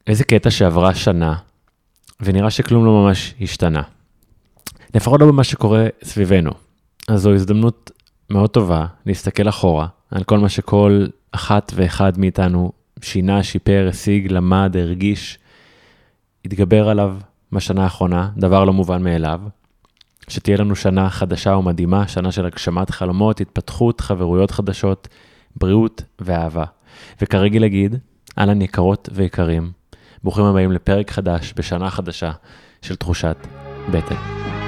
איזה קטע שעברה שנה, ונראה שכלום לא ממש השתנה. לפחות לא במה שקורה סביבנו. אז זו הזדמנות מאוד טובה להסתכל אחורה, על כל מה שכל אחת ואחד מאיתנו שינה, שיפר, השיג, למד, הרגיש, התגבר עליו בשנה האחרונה, דבר לא מובן מאליו, שתהיה לנו שנה חדשה ומדהימה, שנה של הגשמת חלומות, התפתחות, חברויות חדשות, בריאות ואהבה. וכרגיל להגיד, אהלן יקרות ויקרים, ברוכים הבאים לפרק חדש בשנה חדשה של תחושת בטן.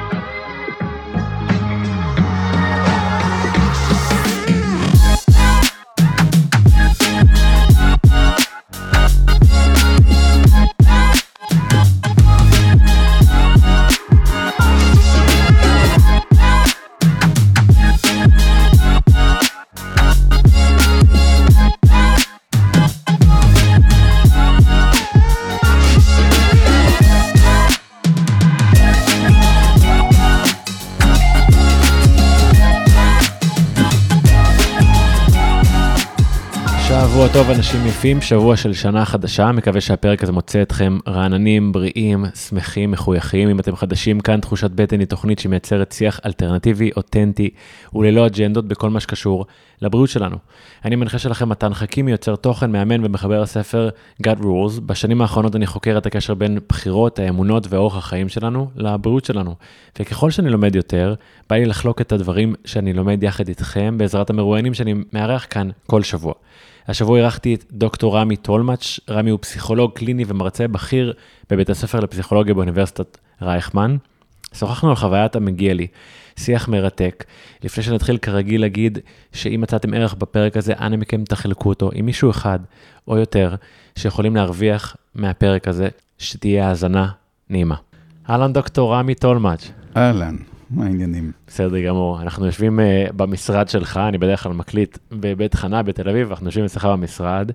שבוע טוב אנשים יפים, שבוע של שנה חדשה, מקווה שהפרק הזה מוצא אתכם רעננים, בריאים, שמחים, מחויכים. אם אתם חדשים כאן, תחושת בטן היא תוכנית שמייצרת שיח אלטרנטיבי, אותנטי וללא אג'נדות בכל מה שקשור לבריאות שלנו. אני מנחה שלכם מתן חכימי, יוצר תוכן, מאמן ומחבר הספר God Rules. בשנים האחרונות אני חוקר את הקשר בין בחירות, האמונות ואורח החיים שלנו לבריאות שלנו. וככל שאני לומד יותר, בא לי לחלוק את הדברים שאני לומד יחד איתכם בעזרת המרואיינים שאני מארח כאן כל שבוע. השבוע אירחתי את דוקטור רמי טולמץ'. רמי הוא פסיכולוג קליני ומרצה בכיר בבית הספר לפסיכולוגיה באוניברסיטת רייכמן. שוחחנו על חוויית המגיע לי, שיח מרתק. לפני שנתחיל כרגיל להגיד שאם מצאתם ערך בפרק הזה, אנא מכם תחלקו אותו עם מישהו אחד או יותר שיכולים להרוויח מהפרק הזה, שתהיה האזנה נעימה. אהלן דוקטור רמי טולמץ'. אהלן. מה העניינים? בסדר גמור, אנחנו יושבים במשרד שלך, אני בדרך כלל מקליט בבית חנה בתל אביב, אנחנו יושבים אצלך במשרד,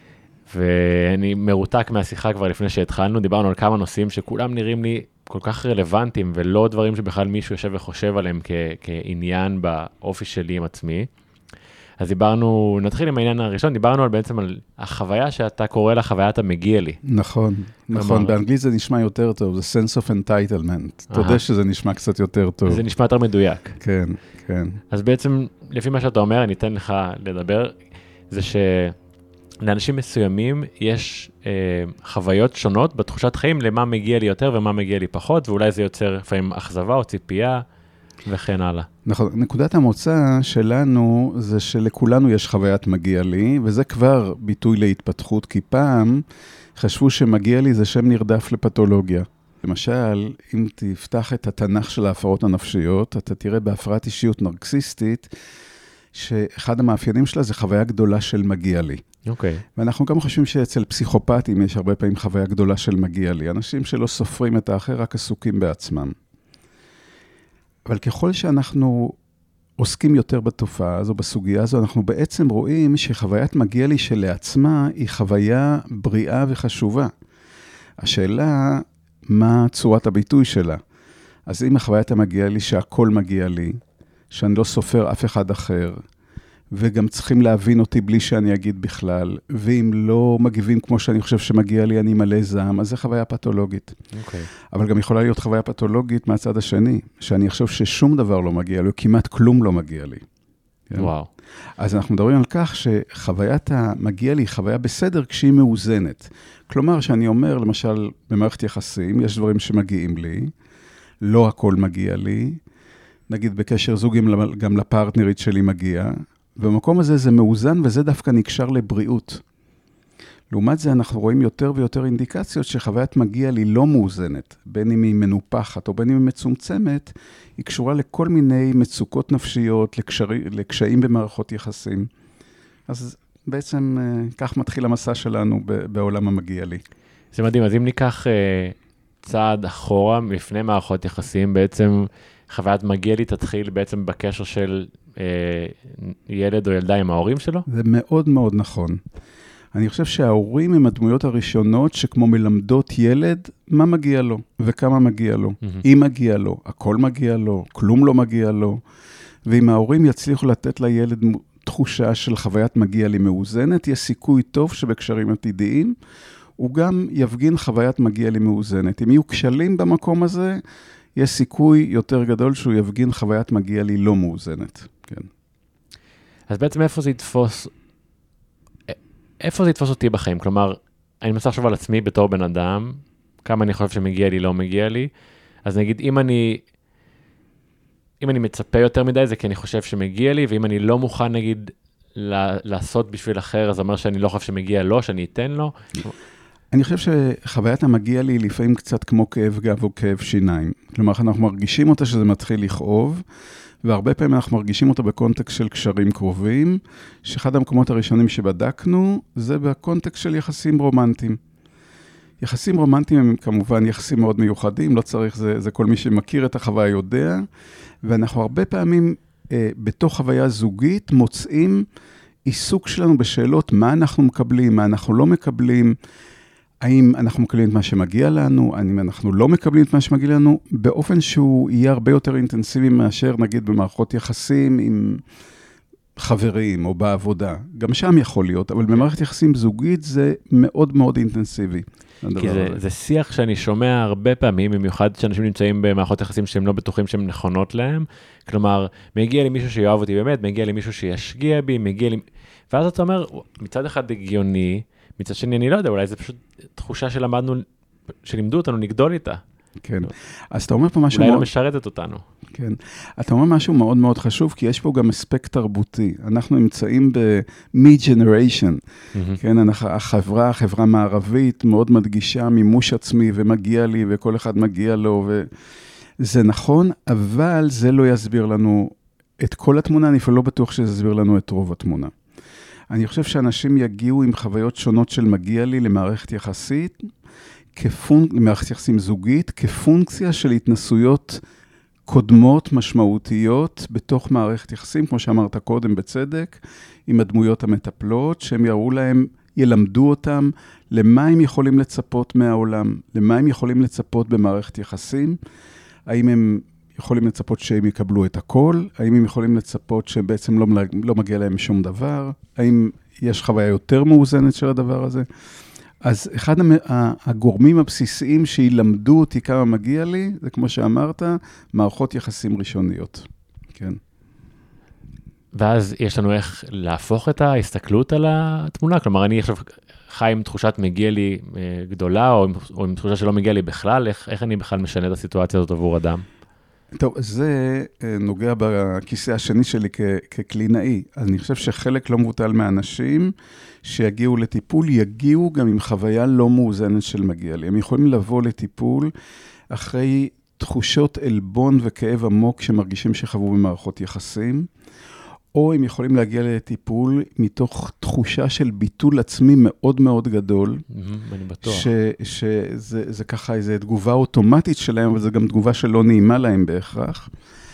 ואני מרותק מהשיחה כבר לפני שהתחלנו, דיברנו על כמה נושאים שכולם נראים לי כל כך רלוונטיים, ולא דברים שבכלל מישהו יושב וחושב עליהם כעניין באופי שלי עם עצמי. אז דיברנו, נתחיל עם העניין הראשון, דיברנו על בעצם על החוויה שאתה קורא לה חוויית המגיע לי. נכון, נכון, באנגלית זה נשמע יותר טוב, זה sense of entitlement. אתה יודע שזה נשמע קצת יותר טוב. זה נשמע יותר מדויק. כן, כן. אז בעצם, לפי מה שאתה אומר, אני אתן לך לדבר, זה שלאנשים מסוימים יש חוויות שונות בתחושת חיים למה מגיע לי יותר ומה מגיע לי פחות, ואולי זה יוצר לפעמים אכזבה או ציפייה, וכן הלאה. נכון, נקודת המוצא שלנו זה שלכולנו יש חוויית מגיע לי, וזה כבר ביטוי להתפתחות, כי פעם חשבו שמגיע לי זה שם נרדף לפתולוגיה. למשל, אם תפתח את התנ"ך של ההפרעות הנפשיות, אתה תראה בהפרעת אישיות נרקסיסטית, שאחד המאפיינים שלה זה חוויה גדולה של מגיע לי. אוקיי. ואנחנו גם חושבים שאצל פסיכופטים יש הרבה פעמים חוויה גדולה של מגיע לי. אנשים שלא סופרים את האחר, רק עסוקים בעצמם. אבל ככל שאנחנו עוסקים יותר בתופעה הזו, בסוגיה הזו, אנחנו בעצם רואים שחוויית מגיע לי שלעצמה היא חוויה בריאה וחשובה. השאלה, מה צורת הביטוי שלה? אז אם החוויית המגיע לי שהכל מגיע לי, שאני לא סופר אף אחד אחר, וגם צריכים להבין אותי בלי שאני אגיד בכלל, ואם לא מגיבים כמו שאני חושב שמגיע לי, אני מלא זעם, אז זה חוויה פתולוגית. אוקיי. אבל גם יכולה להיות חוויה פתולוגית מהצד השני, שאני אחשוב ששום דבר לא מגיע לי, כמעט כלום לא מגיע לי. וואו. אז אנחנו מדברים על כך שחוויית המגיע לי היא חוויה בסדר כשהיא מאוזנת. כלומר, שאני אומר, למשל, במערכת יחסים, יש דברים שמגיעים לי, לא הכל מגיע לי, נגיד בקשר זוג גם לפרטנרית שלי מגיע, ובמקום הזה זה מאוזן, וזה דווקא נקשר לבריאות. לעומת זה אנחנו רואים יותר ויותר אינדיקציות שחוויית מגיע לי לא מאוזנת, בין אם היא מנופחת או בין אם היא מצומצמת, היא קשורה לכל מיני מצוקות נפשיות, לקשיים במערכות יחסים. אז בעצם כך מתחיל המסע שלנו בעולם המגיע לי. זה מדהים, אז אם ניקח צעד אחורה, לפני מערכות יחסים, בעצם חוויית מגיע לי תתחיל בעצם בקשר של ילד או ילדה עם ההורים שלו? זה מאוד מאוד נכון. אני חושב שההורים הם הדמויות הראשונות שכמו מלמדות ילד, מה מגיע לו וכמה מגיע לו. אם מגיע לו, הכל מגיע לו, כלום לא מגיע לו. ואם ההורים יצליחו לתת לילד תחושה של חוויית מגיע לי מאוזנת, יש סיכוי טוב שבקשרים עתידיים הוא גם יפגין חוויית מגיע לי מאוזנת. אם יהיו כשלים במקום הזה, יש סיכוי יותר גדול שהוא יפגין חוויית מגיע לי לא מאוזנת. כן. אז בעצם איפה זה יתפוס אותי בחיים? כלומר, אני מנסה לחשוב על עצמי בתור בן אדם, כמה אני חושב שמגיע לי, לא מגיע לי. אז נגיד, אם אני מצפה יותר מדי, זה כי אני חושב שמגיע לי, ואם אני לא מוכן, נגיד, לעשות בשביל אחר, אז זה אומר שאני לא חושב שמגיע לו, שאני אתן לו. אני חושב שחוויית המגיע לי לפעמים קצת כמו כאב גב או כאב שיניים. כלומר, אנחנו מרגישים אותה שזה מתחיל לכאוב, והרבה פעמים אנחנו מרגישים אותה בקונטקסט של קשרים קרובים, שאחד המקומות הראשונים שבדקנו, זה בקונטקסט של יחסים רומנטיים. יחסים רומנטיים הם כמובן יחסים מאוד מיוחדים, לא צריך, זה כל מי שמכיר את החוויה יודע, ואנחנו הרבה פעמים בתוך חוויה זוגית מוצאים עיסוק שלנו בשאלות מה אנחנו מקבלים, מה אנחנו לא מקבלים, האם אנחנו מקבלים את מה שמגיע לנו, האם אנחנו לא מקבלים את מה שמגיע לנו, באופן שהוא יהיה הרבה יותר אינטנסיבי מאשר נגיד במערכות יחסים עם חברים או בעבודה. גם שם יכול להיות, אבל במערכת יחסים זוגית זה מאוד מאוד אינטנסיבי. כי זה שיח שאני שומע הרבה פעמים, במיוחד שאנשים נמצאים במערכות יחסים שהם לא בטוחים שהן נכונות להם. כלומר, מגיע לי מישהו שיאהב אותי באמת, מגיע לי מישהו שישגיע בי, מגיע לי... ואז אתה אומר, מצד אחד הגיוני, מצד שני אני לא יודע, אולי זה פשוט תחושה שלימדו אותנו לגדול איתה. כן. אז אתה אומר פה משהו אולי לא משרתת אותנו. כן. אתה אומר משהו מאוד מאוד חשוב, כי יש פה גם אספקט תרבותי. אנחנו נמצאים ב-me-generation. כן, החברה המערבית מאוד מדגישה מימוש עצמי, ומגיע לי, וכל אחד מגיע לו, וזה נכון, אבל זה לא יסביר לנו את כל התמונה, אני אפילו לא בטוח שזה יסביר לנו את רוב התמונה. אני חושב שאנשים יגיעו עם חוויות שונות של מגיע לי למערכת יחסית, למערכת יחסים זוגית, כפונקציה של התנסויות קודמות משמעותיות בתוך מערכת יחסים, כמו שאמרת קודם בצדק, עם הדמויות המטפלות, שהם יראו להם, ילמדו אותם, למה הם יכולים לצפות מהעולם, למה הם יכולים לצפות במערכת יחסים, האם הם יכולים לצפות שהם יקבלו את הכל, האם הם יכולים לצפות שבעצם לא מגיע להם שום דבר, האם יש חוויה יותר מאוזנת של הדבר הזה. אז אחד הגורמים הבסיסיים שילמדו אותי כמה מגיע לי, זה כמו שאמרת, מערכות יחסים ראשוניות. כן. ואז יש לנו איך להפוך את ההסתכלות על התמונה, כלומר אני עכשיו חי עם תחושת מגיע לי גדולה, או עם תחושה שלא מגיע לי בכלל, איך אני בכלל משנה את הסיטואציה הזאת עבור אדם? טוב, זה נוגע בכיסא השני שלי כקלינאי. אז אני חושב שחלק לא מבוטל מהאנשים שיגיעו לטיפול, יגיעו גם עם חוויה לא מאוזנת של מגיע לי. הם יכולים לבוא לטיפול אחרי תחושות עלבון וכאב עמוק שמרגישים שחוו במערכות יחסים, או הם יכולים להגיע לטיפול מתוך תחושה של ביטול עצמי מאוד מאוד גדול. אני בטוח. שזה ככה איזו תגובה אוטומטית שלהם, אבל זו גם תגובה שלא נעימה להם בהכרח.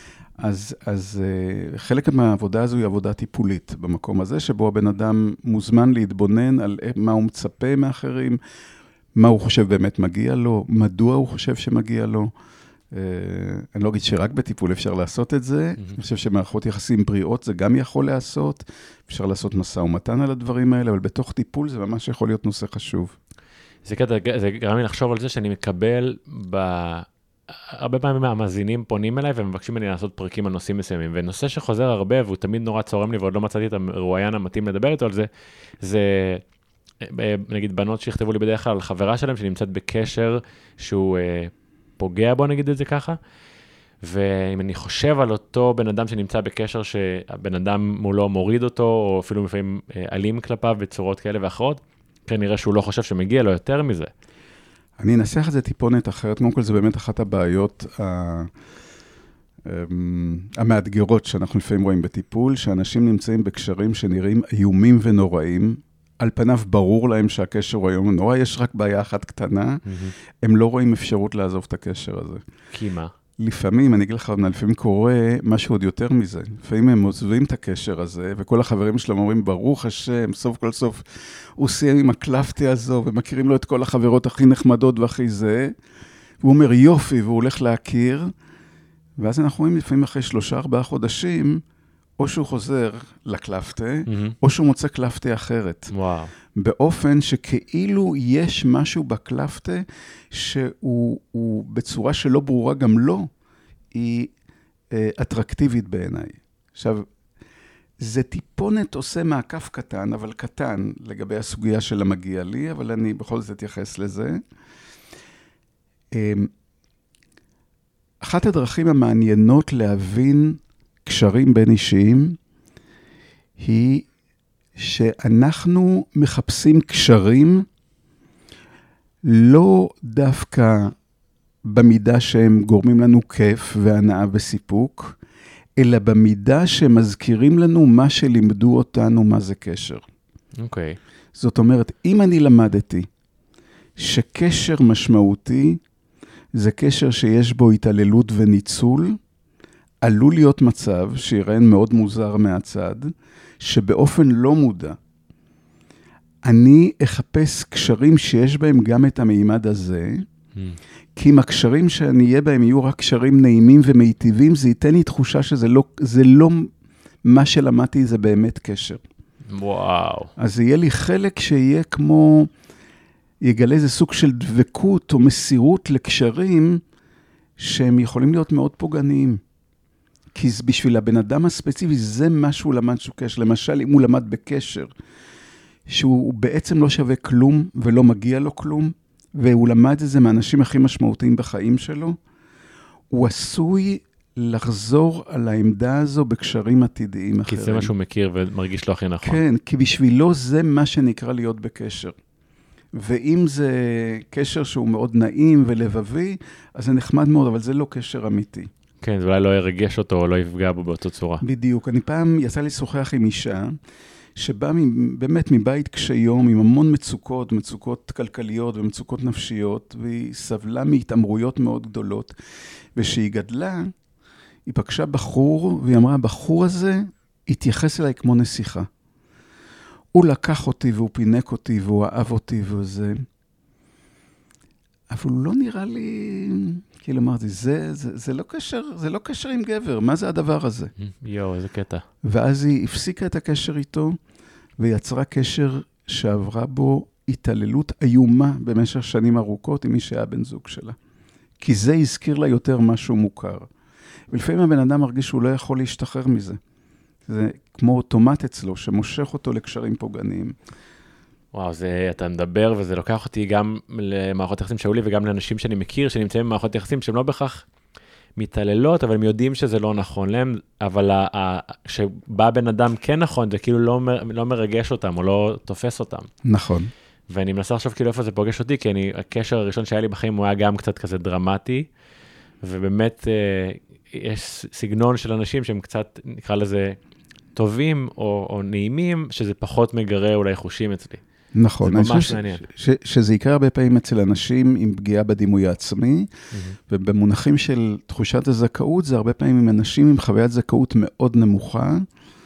אז חלק מהעבודה הזו היא עבודה טיפולית במקום הזה, שבו הבן אדם מוזמן להתבונן על מה הוא מצפה מאחרים, מה הוא חושב באמת מגיע לו, מדוע הוא חושב שמגיע לו. אני לא אגיד שרק בטיפול אפשר לעשות את זה, אני חושב שמערכות יחסים בריאות זה גם יכול לעשות, אפשר לעשות משא ומתן על הדברים האלה, אבל בתוך טיפול זה ממש יכול להיות נושא חשוב. זה גרם לי לחשוב על זה שאני מקבל, הרבה פעמים המאזינים פונים אליי ומבקשים ממני לעשות פרקים על נושאים מסוימים, ונושא שחוזר הרבה והוא תמיד נורא צורם לי ועוד לא מצאתי את הרואיין המתאים לדבר איתו על זה, זה נגיד בנות שיכתבו לי בדרך כלל על חברה שלהם שנמצאת בקשר שהוא פוגע בו, נגיד את זה ככה, ואם אני חושב על אותו בן אדם שנמצא בקשר שהבן אדם מולו מוריד אותו, או אפילו לפעמים אלים כלפיו בצורות כאלה ואחרות, כנראה שהוא לא חושב שמגיע לו יותר מזה. אני אנסח את זה טיפונת אחרת, קודם כל זה באמת אחת הבעיות המאתגרות שאנחנו לפעמים רואים בטיפול, שאנשים נמצאים בקשרים שנראים איומים ונוראים, על פניו ברור להם שהקשר הוא איום ונורא, יש רק בעיה אחת קטנה, הם לא רואים אפשרות לעזוב את הקשר הזה. כי מה? לפעמים, אני אגיד לך, לפעמים קורה משהו עוד יותר מזה. לפעמים הם עוזבים את הקשר הזה, וכל החברים שלהם אומרים, ברוך השם, סוף כל סוף, הוא סיים עם הקלפטי הזו, ומכירים לו את כל החברות הכי נחמדות והכי זה, והוא אומר יופי, והוא הולך להכיר, ואז אנחנו רואים לפעמים אחרי 3-4 חודשים, או שהוא חוזר לקלפטה, או שהוא מוצא קלפטה אחרת. וואו. באופן שכאילו יש משהו בקלפטה, שהוא בצורה שלא ברורה גם לא, היא אטרקטיבית בעיניי. עכשיו, זה טיפונת עושה מעקף קטן, אבל קטן, לגבי הסוגיה של המגיע לי, אבל אני בכל זאת אתייחס לזה. אחת הדרכים המעניינות להבין קשרים בין אישיים, היא שאנחנו מחפשים קשרים, לא דווקא במידה שהם גורמים לנו כיף והנאה וסיפוק, אלא במידה שמזכירים לנו מה שלימדו אותנו, מה זה קשר. אוקיי. זאת אומרת, אם אני למדתי שקשר משמעותי, זה קשר שיש בו התעללות וניצול, עלול להיות מצב שיראה מאוד מוזר מהצד, שבאופן לא מודע, אני אחפש קשרים שיש בהם גם את המימד הזה, כי אם הקשרים שאני אהיה בהם יהיו רק קשרים נעימים ומיטיבים, זה ייתן לי תחושה שזה לא מה שלמדתי, זה באמת קשר. וואו. אז יהיה לי חלק שיהיה כמו, יגלה איזה סוג של דבקות או מסירות לקשרים, שהם יכולים להיות מאוד פוגעניים. כי בשביל הבן אדם הספציפי, זה מה שהוא למד שהוא קשר. למשל, אם הוא למד בקשר, שהוא בעצם לא שווה כלום ולא מגיע לו כלום, והוא למד את זה מהאנשים הכי משמעותיים בחיים שלו, הוא עשוי לחזור על העמדה הזו בקשרים עתידיים אחרים. כי זה מה שהוא מכיר ומרגיש לו הכי נכון. כן, כי בשבילו זה מה שנקרא להיות בקשר. ואם זה קשר שהוא מאוד נעים ולבבי, אז זה נחמד מאוד, אבל זה לא קשר אמיתי. כן, זה אולי לא ירגש אותו או לא יפגע בו באותו צורה. בדיוק. אני פעם יצא לי לשוחח עם אישה, שבאה באמת מבית קשי יום, עם המון מצוקות, מצוקות כלכליות ומצוקות נפשיות, והיא סבלה מהתאמרויות מאוד גדולות. ושהיא גדלה, היא פגשה בחור, והיא אמרה, הבחור הזה התייחס אליי כמו נסיכה. הוא לקח אותי והוא פינק אותי והוא אהב אותי וזה. אבל הוא לא נראה לי, כאילו אמרתי, זה לא קשר עם גבר, מה זה הדבר הזה? יואו, איזה קטע. ואז היא הפסיקה את הקשר איתו, ויצרה קשר שעברה בו התעללות איומה במשך שנים ארוכות עם מי שהיה בן זוג שלה. כי זה הזכיר לה יותר משהו מוכר. ולפעמים הבן אדם מרגיש שהוא לא יכול להשתחרר מזה. זה כמו אוטומט אצלו, שמושך אותו לקשרים פוגעניים. וואו, אתה מדבר, וזה לוקח אותי גם למערכות יחסים שהיו לי, וגם לאנשים שאני מכיר, שנמצאים במערכות יחסים, שהם לא בכך מתעללות, אבל הם יודעים שזה לא נכון להם, אבל כשבא בן אדם כן נכון, זה כאילו לא מרגש אותם, או לא תופס אותם. נכון. ואני מנסה עכשיו כאילו איפה זה פוגש אותי, כי הקשר הראשון שהיה לי בחיים, הוא היה גם קצת כזה דרמטי, ובאמת יש סגנון של אנשים שהם קצת, נקרא לזה, טובים או נעימים, שזה פחות מגרה אולי חושים אצלי. נכון. זה ממש מעניין. שזה יקרה הרבה פעמים אצל אנשים עם פגיעה בדימוי העצמי, ובמונחים של תחושת הזכאות, זה הרבה פעמים עם אנשים עם חוויית זכאות מאוד נמוכה,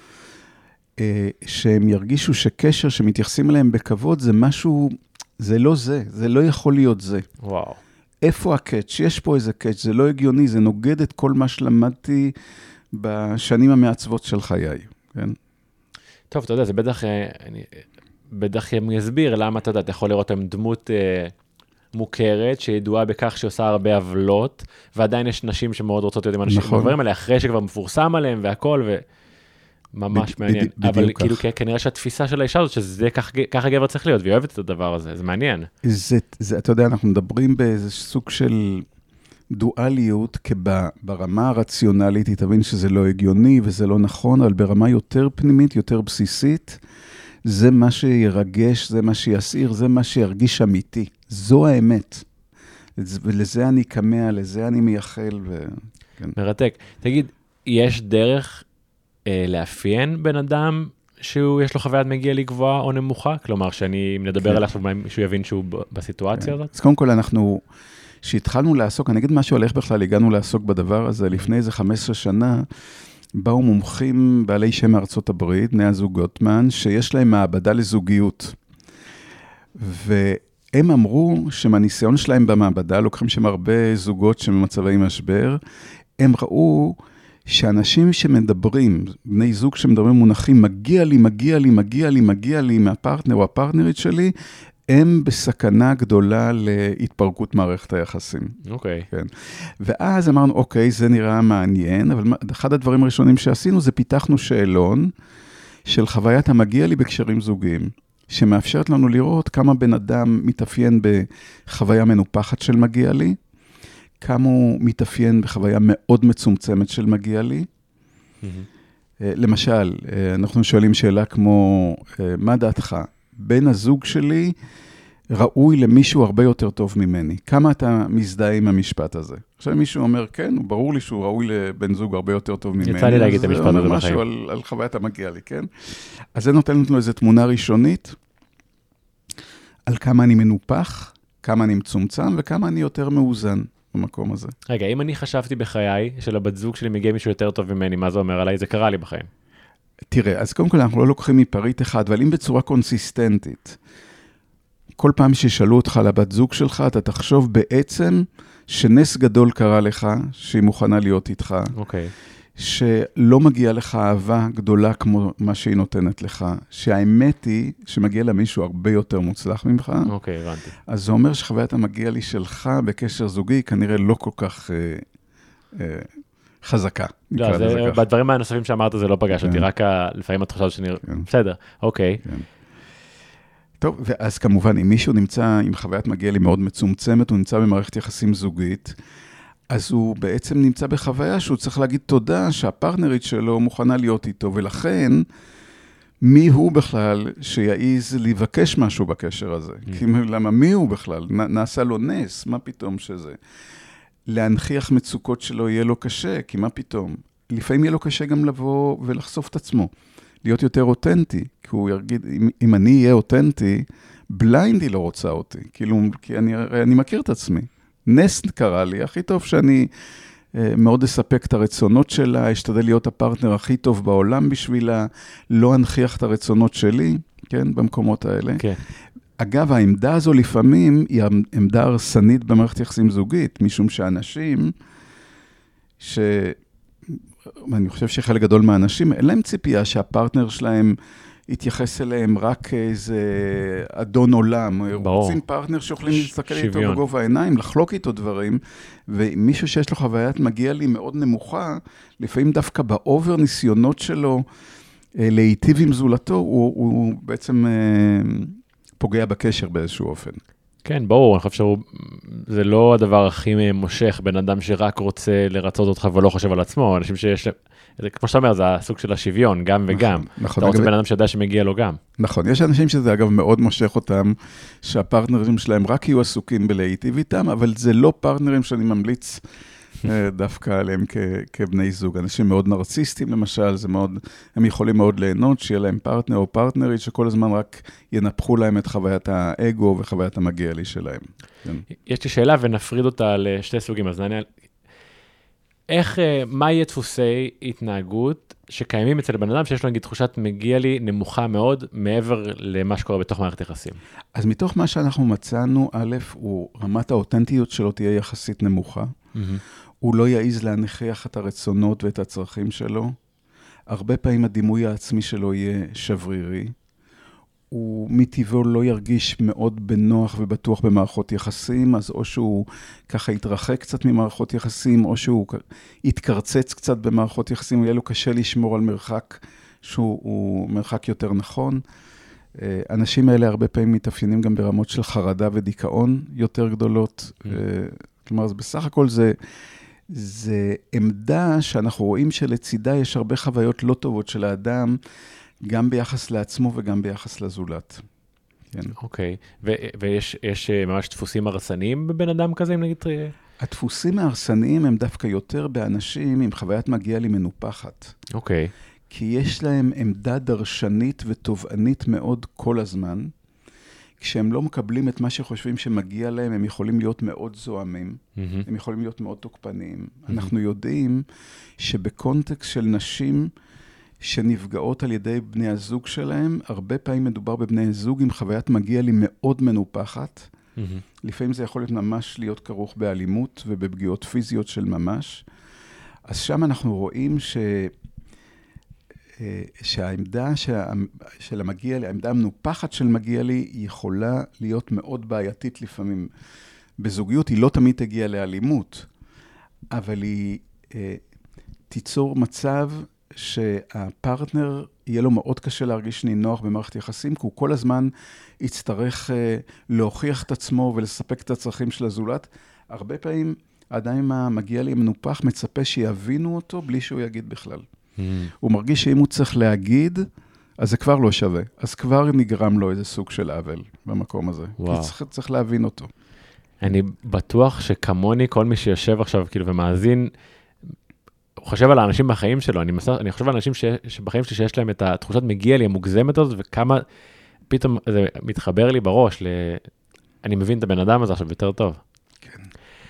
שהם ירגישו שקשר שמתייחסים אליהם בכבוד, זה משהו, זה לא זה, זה לא יכול להיות זה. וואו. איפה הקאץ'? יש פה איזה קאץ', זה לא הגיוני, זה נוגד את כל מה שלמדתי בשנים המעצבות של חיי, כן? טוב, אתה יודע, זה בטח יסביר למה אתה יודע, אתה יכול לראות עם דמות מוכרת, שידועה בכך שעושה הרבה עוולות, ועדיין יש נשים שמאוד רוצות להיות עם אנשים עוברים עליה, אחרי שכבר מפורסם עליהם והכל, ממש מעניין. אבל כאילו כנראה שהתפיסה של האישה הזאת, שזה ככה גבר צריך להיות, והיא אוהבת את הדבר הזה, זה מעניין. אתה יודע, אנחנו מדברים באיזה סוג של דואליות, כי ברמה הרציונלית היא תבין שזה לא הגיוני וזה לא נכון, אבל ברמה יותר פנימית, יותר בסיסית, זה מה שירגש, זה מה שיסעיר, זה מה שירגיש אמיתי. זו האמת. ולזה אני קמא, לזה אני מייחל. מרתק. תגיד, יש דרך לאפיין בן אדם שיש לו חוויית מגיע לי גבוהה או נמוכה? כלומר, שאני מדבר עליו, שהוא יבין שהוא בסיטואציה הזאת? אז קודם כל אנחנו, שהתחלנו לעסוק, אני אגיד משהו על איך בכלל הגענו לעסוק בדבר הזה, לפני איזה 15 שנה, באו מומחים בעלי שם מארצות הברית, בני הזוג גוטמן, שיש להם מעבדה לזוגיות. והם אמרו שמהניסיון שלהם במעבדה, לוקחים שם הרבה זוגות שממצבי משבר, הם ראו שאנשים שמדברים, בני זוג שמדברים מונחים, מגיע לי, מגיע לי, מגיע לי, מגיע לי מהפרטנר או הפרטנרית שלי, הם בסכנה גדולה להתפרקות מערכת היחסים. אוקיי. כן. ואז אמרנו, אוקיי, זה נראה מעניין, אבל אחד הדברים הראשונים שעשינו זה פיתחנו שאלון של חוויית המגיע לי בקשרים זוגיים, שמאפשרת לנו לראות כמה בן אדם מתאפיין בחוויה מנופחת של מגיע לי, כמה הוא מתאפיין בחוויה מאוד מצומצמת של מגיע לי. למשל, אנחנו שואלים שאלה כמו, מה דעתך? בן הזוג שלי ראוי למישהו הרבה יותר טוב ממני. כמה אתה מזדהה עם המשפט הזה? עכשיו מישהו אומר, כן, ברור לי שהוא ראוי לבן זוג הרבה יותר טוב ממני. יצא לי להגיד את המשפט הזה בחיים. זה משהו על חוויית המגיע לי, כן? אז זה נותן לנו איזו תמונה ראשונית, על כמה אני מנופח, כמה אני מצומצם, וכמה אני יותר מאוזן במקום הזה. רגע, אם אני חשבתי בחיי שלבת זוג שלי מגיע מישהו יותר טוב ממני, מה זה אומר עליי? זה קרה לי בחיים. תראה, אז קודם כל אנחנו לא לוקחים מפריט אחד, אבל אם בצורה קונסיסטנטית, כל פעם שישאלו אותך לבת זוג שלך, אתה תחשוב בעצם שנס גדול קרה לך, שהיא מוכנה להיות איתך. אוקיי. שלא מגיע לך אהבה גדולה כמו מה שהיא נותנת לך, שהאמת היא שמגיע לה מישהו הרבה יותר מוצלח ממך. אוקיי, הבנתי. אז זה אומר שחוויית המגיע לי שלך בקשר זוגי כנראה לא כל כך חזקה. לא, בדברים הנוספים שאמרת זה לא פגש אותי, רק לפעמים את חושבת שאני... בסדר, אוקיי. טוב, ואז כמובן, אם מישהו נמצא עם חוויית מגיע לי מאוד מצומצמת, הוא נמצא במערכת יחסים זוגית, אז הוא בעצם נמצא בחוויה שהוא צריך להגיד תודה שהפרטנרית שלו מוכנה להיות איתו, ולכן מי הוא בכלל שיעיז לבקש משהו בקשר הזה? כי למה מי הוא בכלל? נעשה לו נס, מה פתאום שזה? להנכיח מצוקות שלו יהיה לו קשה, כי מה פתאום? לפעמים יהיה לו קשה גם לבוא ולחשוף את עצמו, להיות יותר אותנטי, כי הוא ירגיד, אם אני אהיה אותנטי, בליינדי לא רוצה אותי, כאילו, כי אני מכיר את עצמי. נס קרה לי, הכי טוב שאני מאוד אספק את הרצונות שלה, אשתדל להיות הפרטנר הכי טוב בעולם בשבילה, לא אנכיח את הרצונות שלי, כן, במקומות האלה. כן. אגב, העמדה הזו לפעמים היא עמדה הרסנית במערכת יחסים זוגית, משום שאנשים, אני חושב שחלק גדול מהאנשים, אין להם ציפייה שהפרטנר שלהם יתייחס אליהם רק כאיזה אדון עולם. ברור. רוצים פרטנר שיכולים להסתכל איתו בגובה העיניים, לחלוק איתו דברים, ומישהו שיש לו חוויית מגיע לי מאוד נמוכה, לפעמים דווקא באובר ניסיונות שלו להיטיב עם זולתו, הוא בעצם פוגע בקשר באיזשהו אופן. כן, ברור, אני חושב שזה לא הדבר הכי מושך, בן אדם שרק רוצה לרצות אותך ולא חושב על עצמו, אנשים שיש, כמו שאתה אומר, זה הסוג של השוויון, גם וגם. נכון. אתה רוצה בן אדם שיודע שמגיע לו גם. נכון, יש אנשים שזה אגב מאוד מושך אותם, שהפרטנרים שלהם רק יהיו עסוקים בלהיטיב איתם, אבל זה לא פרטנרים שאני ממליץ דווקא עליהם כבני זוג. אנשים מאוד נרציסטים למשל, הם יכולים מאוד ליהנות, שיהיה להם פרטנר או פרטנרית, שכל הזמן רק ינפחו להם את חוויית האגו וחוויית המגיע לי שלהם. יש לי שאלה ונפריד אותה לשתי סוגים, אז נענה, מה יהיה דפוסי התנהגות שקיימים אצל בן אדם שיש לו נגיד תחושת מגיע לי נמוכה מאוד, מעבר למה שקורה בתוך מערכת יחסים? אז מתוך מה שאנחנו מצאנו, א', רמת האותנטיות שלו תהיה יחסית נמוכה, הוא לא יעיז להנכיח את הרצונות ואת הצרכים שלו. הרבה פעמים הדימוי העצמי שלו יהיה שברירי. הוא מטבעו לא ירגיש מאוד בנוח ובטוח במערכות יחסים, אז או שהוא ככה יתרחק קצת ממערכות יחסים, או שהוא יתקרצץ קצת במערכות יחסים, יהיה לו קשה לשמור על מרחק שהוא מרחק יותר נכון. אנשים האלה הרבה פעמים מתאפיינים גם ברמות של חרדה ודיכאון יותר גדולות. כלומר, אז בסך הכל זה עמדה שאנחנו רואים שלצידה יש הרבה חוויות לא טובות של האדם, גם ביחס לעצמו וגם ביחס לזולת. אוקיי, ויש ממש דפוסים הרסניים בבן אדם כזה, אם נגיד? הדפוסים ההרסניים הם דווקא יותר באנשים עם חוויית מגיע לי מנופחת. אוקיי. כי יש להם עמדה דרשנית ותובענית מאוד כל הזמן. כשהם לא מקבלים את מה שחושבים שמגיע להם, הם יכולים להיות מאוד זוהמים, הם יכולים להיות מאוד תוקפניים. אנחנו יודעים שבקונטקסט של נשים שנפגעות על ידי בני הזוג שלהם, הרבה פעמים מדובר בבני הזוג עם חוויית מגיע לי מאוד מנופחת. לפעמים זה יכול להיות ממש להיות כרוך באלימות ובפגיעות פיזיות של ממש. אז שם אנחנו רואים שהעמדה של המגיע לי, העמדה המנופחת של מגיע לי, היא יכולה להיות מאוד בעייתית לפעמים. בזוגיות היא לא תמיד תגיע לאלימות, אבל היא תיצור מצב שהפרטנר יהיה לו מאוד קשה להרגיש נינוח במערכת יחסים, כי הוא כל הזמן יצטרך להוכיח את עצמו ולספק את הצרכים של הזולת. הרבה פעמים עדיין המגיע לי מנופח מצפה שיבינו אותו בלי שהוא יגיד בכלל. הוא מרגיש שאם הוא צריך להגיד, אז זה כבר לא שווה. אז כבר נגרם לו איזה סוג של עוול במקום הזה. וואו. כי צריך להבין אותו. אני בטוח שכמוני, כל מי שיושב עכשיו כאילו ומאזין, הוא חושב על האנשים בחיים שלו. אני חושב על אנשים שבחיים שלי שיש להם את התחושת מגיע לי המוגזמת הזאת, וכמה פתאום זה מתחבר לי בראש. אני מבין את הבן אדם הזה עכשיו יותר טוב. כן.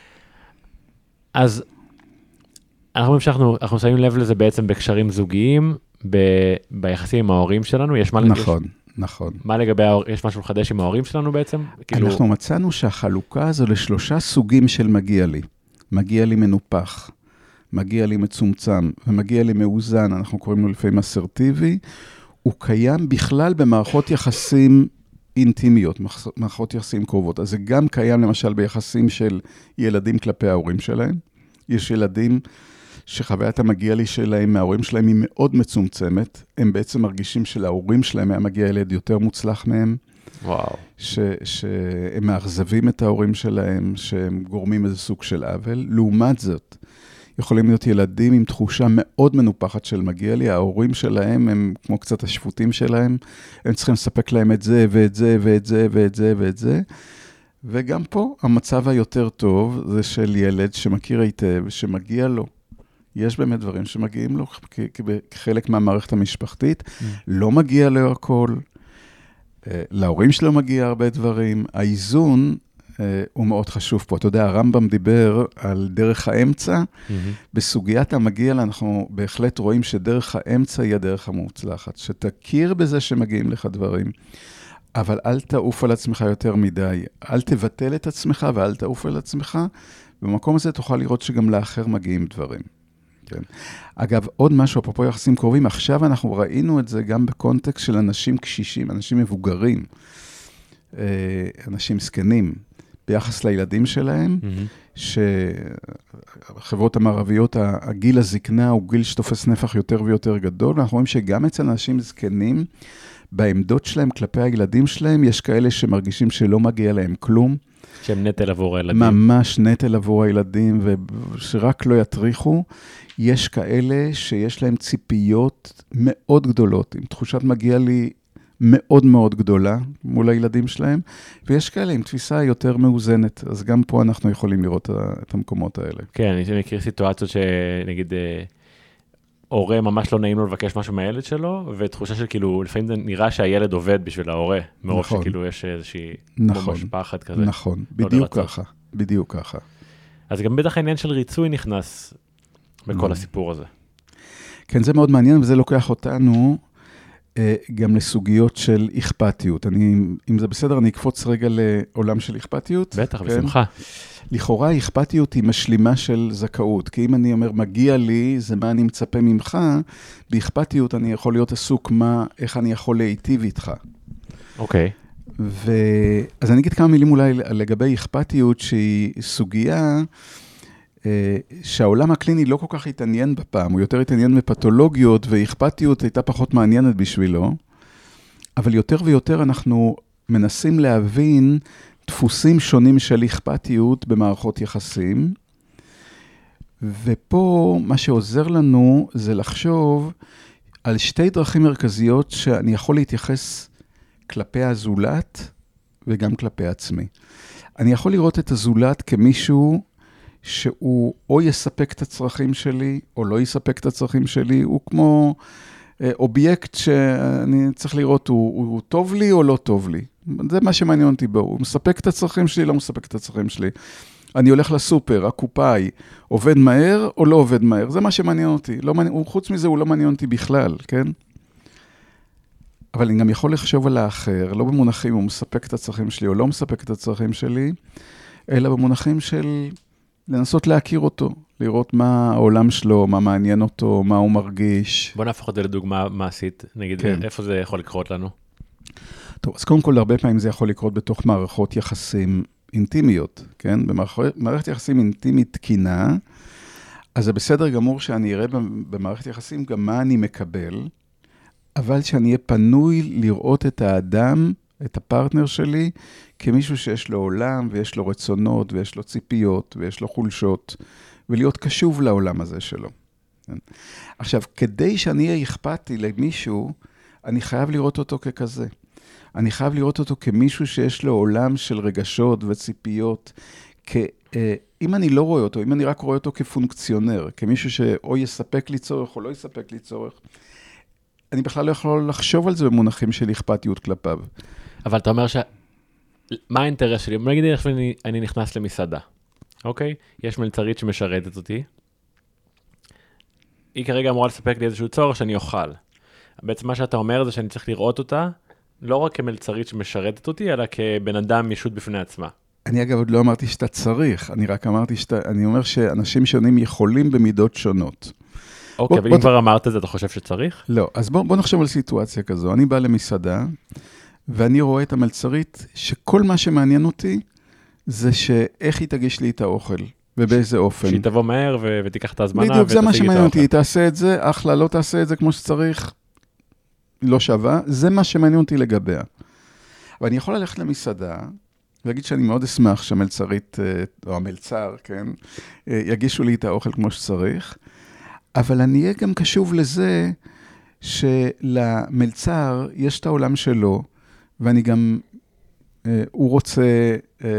אז אנחנו שמים לב לזה בעצם בקשרים זוגיים, ביחסים עם ההורים שלנו. נכון, נכון. מה לגבי, יש משהו חדש עם ההורים שלנו בעצם? אנחנו מצאנו שהחלוקה הזו לשלושה סוגים של מגיע לי. מגיע לי מנופח, מגיע לי מצומצם, ומגיע לי מאוזן, אנחנו קוראים לו לפעמים אסרטיבי, הוא קיים בכלל במערכות יחסים אינטימיות, מערכות יחסים קרובות. אז זה גם קיים למשל ביחסים של ילדים כלפי ההורים שלהם. יש ילדים שחוויית המגיע לי שלהם, מההורים שלהם היא מאוד מצומצמת, הם בעצם מרגישים שלהורים שלהם היה מגיע ילד יותר מוצלח מהם. וואו. שהם מאכזבים את ההורים שלהם, שהם גורמים איזה סוג של עוול. לעומת זאת, יכולים להיות ילדים עם תחושה מאוד מנופחת של מגיע לי, ההורים שלהם הם כמו קצת השפוטים שלהם, הם צריכים לספק להם את זה ואת זה ואת זה ואת זה ואת זה, וגם פה המצב היותר טוב זה של ילד שמכיר היטב, שמגיע לו. יש באמת דברים שמגיעים לו כחלק מהמערכת המשפחתית, לא מגיע לו הכל, להורים שלו מגיע הרבה דברים, האיזון הוא מאוד חשוב פה. אתה יודע, הרמב"ם דיבר על דרך האמצע, בסוגיית המגיע לה, אנחנו בהחלט רואים שדרך האמצע היא הדרך המוצלחת, שתכיר בזה שמגיעים לך דברים, אבל אל תעוף על עצמך יותר מדי, אל תבטל את עצמך ואל תעוף על עצמך, במקום הזה תוכל לראות שגם לאחר מגיעים דברים. כן. אגב, עוד משהו, אפרופו יחסים קרובים, עכשיו אנחנו ראינו את זה גם בקונטקסט של אנשים קשישים, אנשים מבוגרים, אנשים זקנים, ביחס לילדים שלהם, שחברות המערביות, הגיל הזקנה הוא גיל שתופס נפח יותר ויותר גדול, ואנחנו רואים שגם אצל אנשים זקנים, בעמדות שלהם כלפי הילדים שלהם, יש כאלה שמרגישים שלא מגיע להם כלום. שהם נטל עבור הילדים. ממש נטל עבור הילדים, ושרק לא יטריחו. יש כאלה שיש להם ציפיות מאוד גדולות, עם תחושת מגיע לי מאוד מאוד גדולה מול הילדים שלהם, ויש כאלה עם תפיסה יותר מאוזנת, אז גם פה אנחנו יכולים לראות את המקומות האלה. כן, אני מכיר סיטואציות שנגיד הורה ממש לא נעים לו לבקש משהו מהילד שלו, ותחושה של כאילו, לפעמים זה נראה שהילד עובד בשביל ההורה, מרוב נכון. שכאילו יש איזושהי ממש פחד כזה. נכון, בדיוק ככה, בדיוק ככה. אז גם בטח העניין של ריצוי נכנס בכל הסיפור הזה. כן, זה מאוד מעניין, וזה לוקח אותנו גם לסוגיות של אכפתיות. אם זה בסדר, אני אקפוץ רגע לעולם של אכפתיות. בטח, בשמחה. לכאורה, אכפתיות היא משלימה של זכאות, כי אם אני אומר, מגיע לי, זה מה אני מצפה ממך, באכפתיות אני יכול להיות עסוק איך אני יכול להיטיב איתך. אוקיי. אז אני אגיד כמה מילים אולי לגבי אכפתיות, שהיא סוגיה שהעולם הקליני לא כל כך התעניין בפעם, הוא יותר התעניין בפתולוגיות, ואכפתיות הייתה פחות מעניינת בשבילו, אבל יותר ויותר אנחנו מנסים להבין דפוסים שונים של אכפתיות במערכות יחסים, ופה מה שעוזר לנו זה לחשוב על שתי דרכים מרכזיות שאני יכול להתייחס כלפי הזולת וגם כלפי עצמי. אני יכול לראות את הזולת כמישהו שהוא או יספק את הצרכים שלי, או לא יספק את הצרכים שלי, הוא כמו אובייקט שאני צריך לראות, הוא טוב לי או לא טוב לי. זה מה שמעניין אותי בו, הוא מספק את הצרכים שלי, לא מספק את הצרכים שלי. אני הולך לסופר, הקופאי, עובד מהר או לא עובד מהר, זה מה שמעניין אותי. חוץ מזה הוא לא מעניין אותי בכלל, כן? אבל אני גם יכול לחשוב על האחר, לא במונחים הוא מספק את הצרכים שלי או לא מספק את הצרכים שלי, אלא במונחים של לנסות להכיר אותו, לראות מה העולם שלו, מה מעניין אותו, מה הוא מרגיש. בוא נהפוך את זה לדוגמה מעשית, נגיד, איפה זה יכול לקרות לנו? טוב, אז קודם כל, הרבה פעמים זה יכול לקרות בתוך מערכות יחסים אינטימיות, כן? במערכת יחסים אינטימית תקינה, אז זה בסדר גמור שאני אראה במערכת יחסים גם מה אני מקבל, אבל שאני אהיה פנוי לראות את האדם, את הפרטנר שלי, כמישהו שיש לו עולם, ויש לו רצונות, ויש לו ציפיות, ויש לו חולשות, ולהיות קשוב לעולם הזה שלו. עכשיו, כדי שאני אהיה אכפתי למישהו, אני חייב לראות אותו ככזה. אני חייב לראות אותו כמישהו שיש לו עולם של רגשות וציפיות, אם אני לא רואה אותו, אם אני רק רואה אותו כפונקציונר, כמישהו שאו יספק לי צורך או לא יספק לי צורך, אני בכלל לא יכול לחשוב על זה במונחים של אכפתיות כלפיו. אבל אתה אומר מה האינטרס שלי? נגיד אני נכנס למסעדה, אוקיי? יש מלצרית שמשרתת אותי, היא כרגע אמורה לספק לי איזשהו צורך שאני אוכל. בעצם מה שאתה אומר זה שאני צריך לראות אותה, לא רק כמלצרית שמשרתת אותי, אלא כבן אדם ישות בפני עצמה. אני אגב עוד לא אמרתי שאתה צריך, אני רק אמרתי אני אומר שאנשים שונים יכולים במידות שונות. אוקיי, אבל אם כבר אמרת את זה, אתה חושב שצריך? לא, אז בוא נחשוב על סיטואציה כזו. אני בא למסעדה, ואני רואה את המלצרית, שכל מה שמעניין אותי, זה שאיך היא תגיש לי את האוכל, ובאיזה אופן. שהיא תבוא מהר ותיקח את ההזמנה, בדיוק, זה מה שמעניין אותי, היא תעשה את זה, אחלה, לא תעשה את זה כמו שצריך, לא שווה, זה מה שמעניין אותי לגביה. ואני יכול ללכת למסעדה, ולהגיד שאני מאוד אשמח שהמלצרית, או המלצר, כן, יגישו לי את האוכל כמו שצריך, אבל אני אהיה גם קשוב לזה שלמלצר יש את העולם שלו, ואני גם, הוא רוצה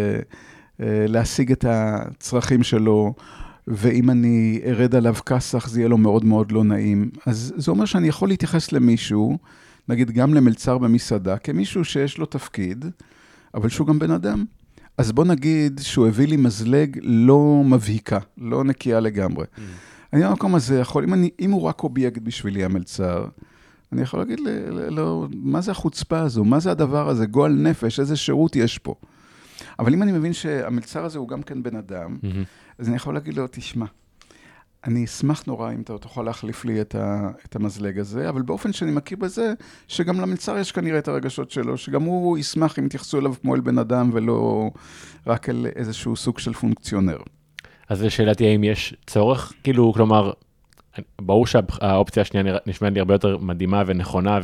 להשיג את הצרכים שלו, ואם אני ארד עליו כסח, זה יהיה לו מאוד מאוד לא נעים. אז זה אומר שאני יכול להתייחס למישהו, נגיד גם למלצר במסעדה, כמישהו שיש לו תפקיד, אבל שהוא גם בן אדם. אז בוא נגיד שהוא הביא לי מזלג לא מבהיקה, לא נקייה לגמרי. אני במקום הזה יכול, אם הוא רק אובייקט בשבילי המלצר, אני יכול להגיד לו, מה זה החוצפה הזו? מה זה הדבר הזה? גועל נפש, איזה שירות יש פה? אבל אם אני מבין שהמלצר הזה הוא גם כן בן אדם, אז אני יכול להגיד לו, תשמע, אני אשמח נורא אם אתה תוכל להחליף לי את המזלג הזה, אבל באופן שאני מכיר בזה, שגם למלצר יש כנראה את הרגשות שלו, שגם הוא ישמח אם תייחסו אליו כמו אל בן אדם, ולא רק אל איזשהו סוג של פונקציונר. אז שאלתי האם יש צורך, כאילו, כלומר, ברור שהאופציה השנייה נשמעת לי הרבה יותר מדהימה ונכונה,